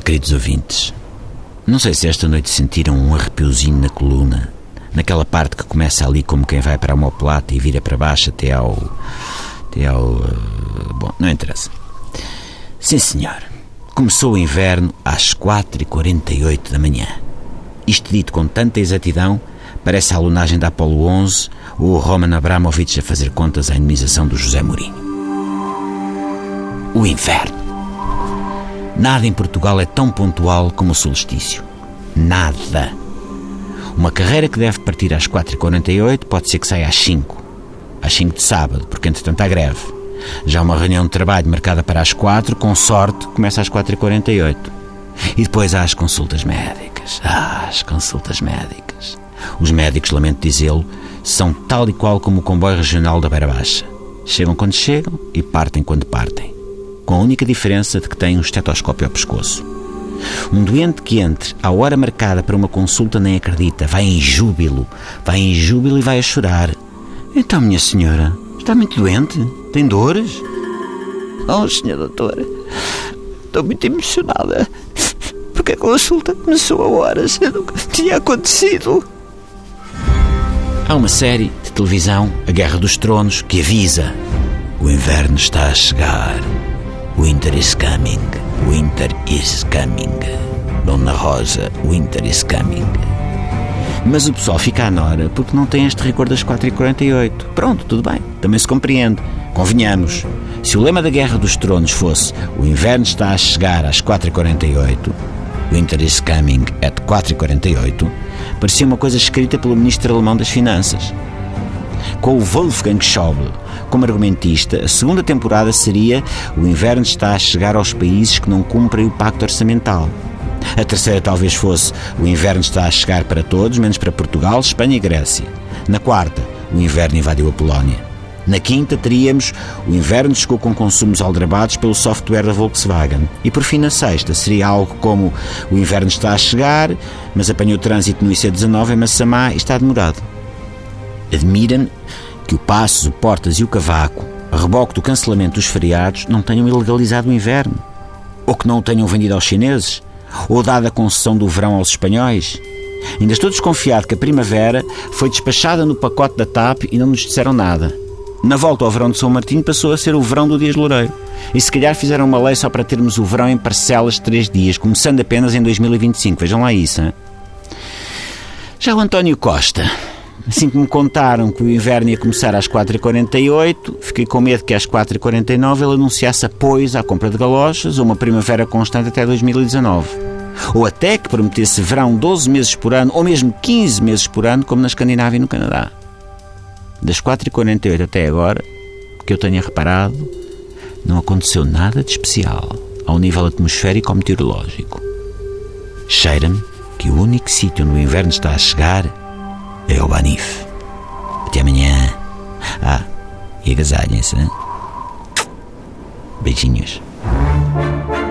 queridos ouvintes. Não sei se esta noite sentiram um arrepiozinho na coluna, naquela parte que começa ali como quem vai para a omoplata e vira para baixo até ao... Bom, não interessa. Sim, senhor. Começou o inverno às 4h48 da manhã. Isto dito com tanta exatidão, parece a alunagem da Apolo 11 ou o Roman Abramovich a fazer contas à indemnização do José Mourinho. O inverno. Nada em Portugal é tão pontual como o solstício. Nada. Uma carreira que deve partir às 4h48 pode ser que saia às 5. Às 5 de sábado, porque entretanto há greve. Já uma reunião de trabalho marcada para as 4, com sorte, começa às 4h48. E depois há as consultas médicas. As consultas médicas. Os médicos, lamento dizê-lo, são tal e qual como o comboio regional da Beira Baixa. Chegam quando chegam e partem quando partem. Com a única diferença de que têm um estetoscópio ao pescoço. Um doente que entre à hora marcada para uma consulta nem acredita. Vai em júbilo e vai a chorar. Então, minha senhora, está muito doente? Tem dores? Oh, senhor doutor, estou muito emocionada, porque a consulta começou a horas, nunca tinha acontecido. Há uma série de televisão, A Guerra dos Tronos, que avisa: o inverno está a chegar. Winter is coming. Winter is coming. Dona Rosa, winter is coming. Mas o pessoal fica à nora porque não tem este rigor das 4h48. Pronto, tudo bem, também se compreende. Convenhamos, se o lema da Guerra dos Tronos fosse o inverno está a chegar às 4h48, Winter is coming at 4h48, parecia uma coisa escrita pelo ministro alemão das Finanças. Com o Wolfgang Schäuble como argumentista, a segunda temporada seria o inverno está a chegar aos países que não cumprem o pacto orçamental. A terceira talvez fosse o inverno está a chegar para todos, menos para Portugal, Espanha e Grécia. Na quarta, o inverno invadiu a Polónia. Na quinta teríamos o inverno chegou com consumos aldrabados pelo software da Volkswagen. E por fim, na sexta, seria algo como o inverno está a chegar, mas apanhou trânsito no IC19 em Massamá e está demorado. Admira-me que o Passos, o Portas e o Cavaco, a reboque do cancelamento dos feriados, não tenham ilegalizado o inverno. Ou que não o tenham vendido aos chineses. Ou dado a concessão do verão aos espanhóis. Ainda estou desconfiado que a primavera foi despachada no pacote da TAP e não nos disseram nada. Na volta ao verão de São Martinho passou a ser o verão do Dias Loureiro. E se calhar fizeram uma lei só para termos o verão em parcelas de 3 dias, começando apenas em 2025. Vejam lá isso, hein? Já o António Costa, assim que me contaram que o inverno ia começar às 4h48, fiquei com medo que às 4h49 ele anunciasse apoios à compra de galochas ou uma primavera constante até 2019. Ou até que prometesse verão 12 meses por ano, ou mesmo 15 meses por ano, como na Escandinávia e no Canadá. Das 4h48 até agora, que eu tenha reparado, não aconteceu nada de especial ao nível atmosférico ou meteorológico. Cheira-me que o único sítio onde o inverno está a chegar é o Banif. Até amanhã. E agasalhem-se, hein? Beijinhos.